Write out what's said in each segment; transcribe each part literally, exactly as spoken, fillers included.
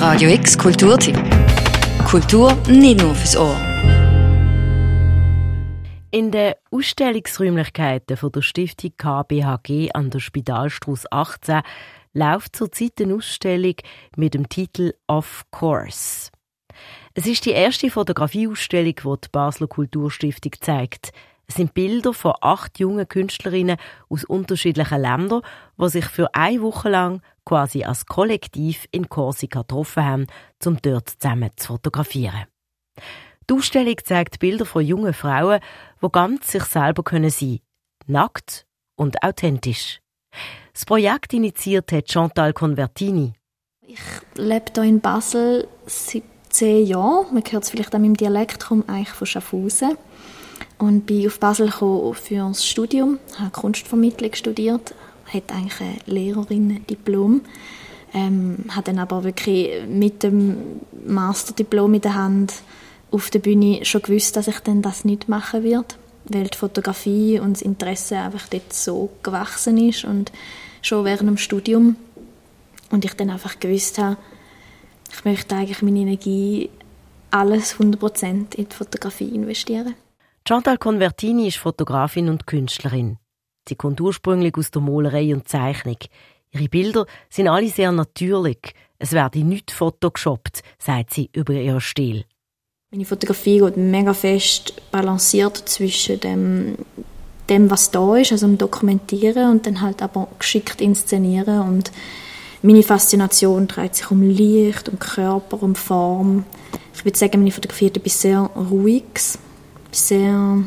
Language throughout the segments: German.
Radio X Kulturtipp. Kultur nicht nur fürs Ohr. In den Ausstellungsräumlichkeiten von der Stiftung K B H G an der Spitalstrasse achtzehn läuft zurzeit eine Ausstellung mit dem Titel «Of Course». Es ist die erste Fotografieausstellung, die die Basler Kulturstiftung zeigt. Es sind Bilder von acht jungen Künstlerinnen aus unterschiedlichen Ländern, die sich für eine Woche lang quasi als Kollektiv in Korsika getroffen haben, um dort zusammen zu fotografieren. Die Ausstellung zeigt Bilder von jungen Frauen, die ganz sich selber sein können, nackt und authentisch. Das Projekt initiiert hat Chantal Convertini. Ich lebe hier in Basel seit zehn Jahren. Man hört es vielleicht an meinem Dialekt, ich komme eigentlich von Schaffhausen. Und bin auf Basel gekommen für das Studium, habe Kunstvermittlung studiert, hatte eigentlich ein Lehrerinnen-Diplom, ähm, habe dann aber wirklich mit dem Masterdiplom in der Hand auf der Bühne schon gewusst, dass ich dann das nicht machen werde, weil die Fotografie und das Interesse einfach dort so gewachsen ist und schon während dem Studium. Und ich dann einfach gewusst habe, ich möchte eigentlich meine Energie alles hundert Prozent in die Fotografie investieren. Chantal Convertini ist Fotografin und Künstlerin. Sie kommt ursprünglich aus der Malerei und Zeichnung. Ihre Bilder sind alle sehr natürlich. Es werde nicht photoshoppt, sagt sie über ihren Stil. Meine Fotografie geht mega fest balanciert zwischen dem, dem, was da ist, also dem Dokumentieren, und dann halt aber geschickt inszenieren. Und meine Faszination dreht sich um Licht, um Körper, um Form. Ich würde sagen, meine Fotografie hat etwas sehr Ruhiges, sehr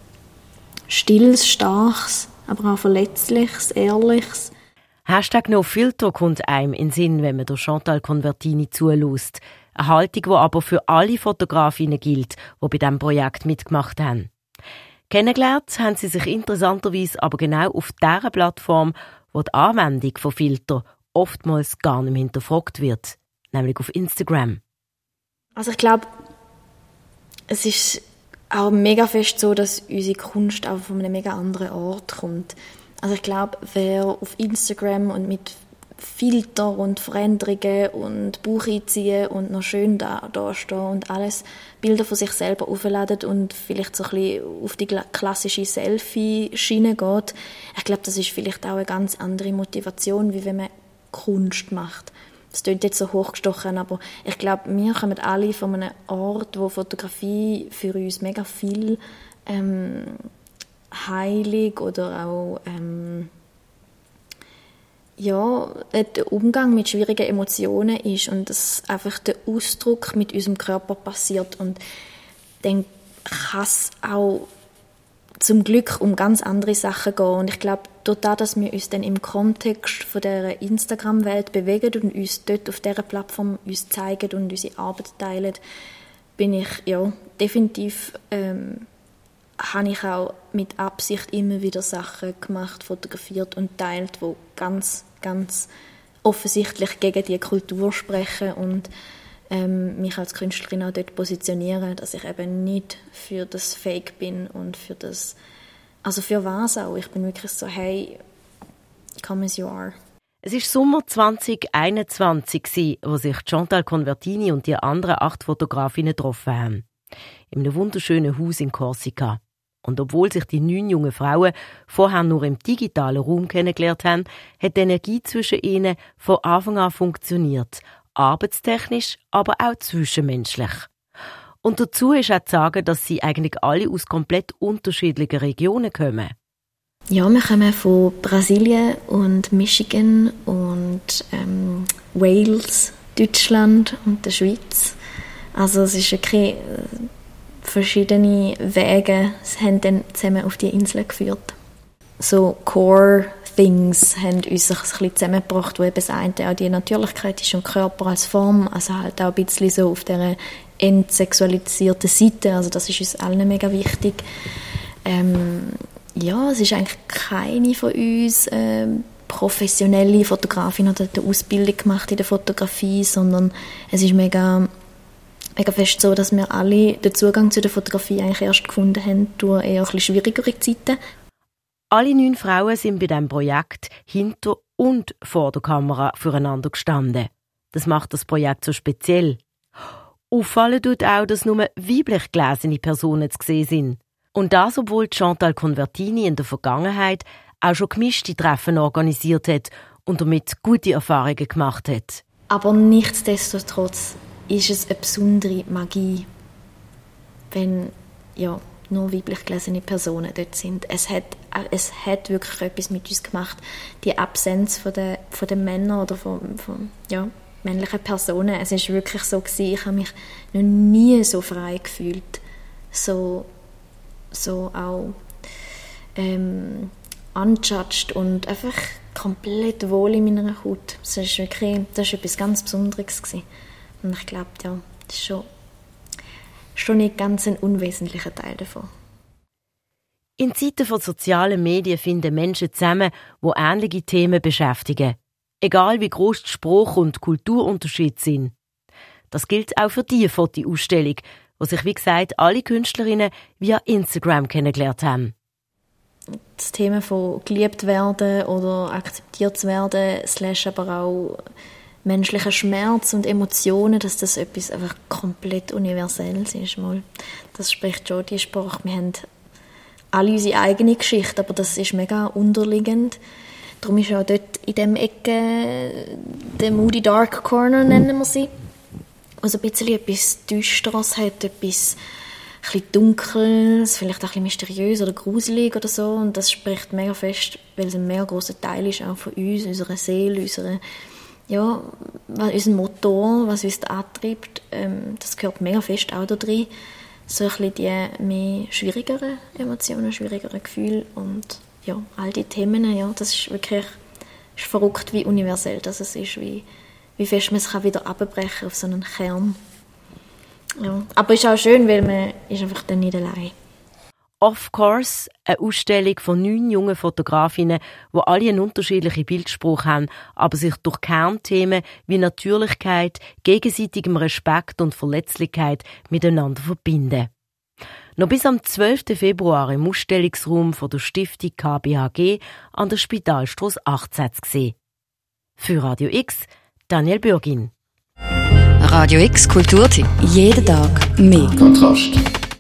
Stilles, Starkes, aber auch Verletzliches, Ehrliches. Hashtag NoFilter kommt einem in den Sinn, wenn man der Chantal Convertini zulässt. Eine Haltung, die aber für alle Fotografinnen gilt, die bei diesem Projekt mitgemacht haben. Kennengelernt haben sie sich interessanterweise aber genau auf dieser Plattform, wo die Anwendung von Filtern oftmals gar nicht mehr hinterfragt wird, nämlich auf Instagram. Also ich glaube, es ist auch mega fest so, dass unsere Kunst auch von einem mega anderen Ort kommt. Also ich glaube, wer auf Instagram und mit Filter und Veränderungen und Bauch einziehen und noch schön da, da stehen und alles Bilder von sich selber aufladen und vielleicht so ein bisschen auf die klassische Selfie-Schiene geht, ich glaube, das ist vielleicht auch eine ganz andere Motivation, wie wenn man Kunst macht. Das klingt jetzt so hochgestochen, aber ich glaube, wir kommen alle von einem Ort, wo Fotografie für uns mega viel ähm, heilig oder auch ähm, ja, der Umgang mit schwierigen Emotionen ist und dass einfach der Ausdruck mit unserem Körper passiert. Und dann kann es auch zum Glück um ganz andere Sachen gehen. Und ich glaube, dadurch, dass wir uns dann im Kontext von dieser Instagram-Welt bewegen und uns dort auf dieser Plattform uns zeigen und unsere Arbeit teilen, bin ich ja definitiv, ähm, habe ich auch mit Absicht immer wieder Sachen gemacht, fotografiert und teilt, die ganz, ganz offensichtlich gegen die Kultur sprechen und ähm, mich als Künstlerin auch dort positionieren, dass ich eben nicht für das Fake bin und für das, also für was auch. Ich bin wirklich so, hey, come as you are. Es war Sommer zwanzig einundzwanzig, wo sich Chantal Convertini und die anderen acht Fotografinnen getroffen haben. In einem wunderschönen Haus in Korsika. Und obwohl sich die neun jungen Frauen vorher nur im digitalen Raum kennengelernt haben, hat die Energie zwischen ihnen von Anfang an funktioniert. Arbeitstechnisch, aber auch zwischenmenschlich. Und dazu ist auch zu sagen, dass sie eigentlich alle aus komplett unterschiedlichen Regionen kommen. Ja, wir kommen von Brasilien und Michigan und ähm, Wales, Deutschland und der Schweiz. Also es ist wirklich verschiedene Wege, es haben dann zusammen auf die Insel geführt. So Core Things haben uns ein bisschen zusammengebracht, wo eben das eine auch die Natürlichkeit ist und Körper als Form, also halt auch ein bisschen so auf dieser entsexualisierten Seite, also das ist uns allen mega wichtig. Ähm, ja, es ist eigentlich keine von uns ähm, professionelle Fotografin oder eine Ausbildung gemacht in der Fotografie, sondern es ist mega, mega fest so, dass wir alle den Zugang zu der Fotografie eigentlich erst gefunden haben durch eher ein bisschen schwierigere Zeiten. Alle neun Frauen sind bei diesem Projekt hinter und vor der Kamera füreinander gestanden. Das macht das Projekt so speziell. Auffallen tut auch, dass nur weiblich gelesene Personen zu sehen sind. Und das, obwohl Chantal Convertini in der Vergangenheit auch schon gemischte Treffen organisiert hat und damit gute Erfahrungen gemacht hat. Aber nichtsdestotrotz ist es eine besondere Magie, wenn ja, nur weiblich gelesene Personen dort sind. Es hat, es hat wirklich etwas mit uns gemacht. Die Absenz von den, von den Männern oder von, von ja, männlichen Personen. Es war wirklich so gewesen, ich habe mich noch nie so frei gefühlt. So, so auch ähm, unjudged und einfach komplett wohl in meiner Haut. Das ist wirklich, das ist etwas ganz Besonderes gewesen. Und ich glaube, ja, das ist schon, schon nicht ganz ein unwesentlicher Teil davon. In Zeiten von sozialen Medien finden Menschen zusammen, die ähnliche Themen beschäftigen. Egal wie gross die Spruch- und Kulturunterschiede sind. Das gilt auch für diese Fotoausstellung, wo sich, wie gesagt, alle Künstlerinnen via Instagram kennengelernt haben. Das Thema von geliebt werden oder akzeptiert zu werden, slash aber auch menschlicher Schmerz und Emotionen, dass das etwas einfach komplett Universelles ist. Mal. Das spricht schon die Sprache. Wir haben alle unsere eigene Geschichte, aber das ist mega unterliegend. Darum ist auch dort in dieser Ecke der Moody Dark Corner, nennen wir sie. Also ein bisschen etwas Düsteres hat, etwas ein bisschen Dunkles, vielleicht auch ein bisschen mysteriös oder gruselig oder so. Und das spricht mega fest, weil es ein mega grosser Teil ist auch von uns, unserer Seele, unserer, ja, unser Motor, was uns antreibt. Ähm, das gehört mega fest auch da drin. So ein bisschen die mehr schwierigeren Emotionen, schwierigeren Gefühle und ja, all die Themen, ja, das ist wirklich ist verrückt, wie universell das ist, wie, wie fest man es wieder abbrechen auf so einen Kern. Ja. Aber es ist auch schön, weil man ist einfach dann nicht allein. Of Course, eine Ausstellung von neun jungen Fotografinnen, die alle einen unterschiedlichen Bildspruch haben, aber sich durch Kernthemen wie Natürlichkeit, gegenseitigem Respekt und Verletzlichkeit miteinander verbinden. Noch bis am zwölften Februar im Ausstellungsraum von der Stiftung K B H G an der Spitalstrasse achtzehn zu sehen. Für Radio X, Daniel Bürgin. Radio X Kulturtipp. Jeden Tag mehr. Kontrast.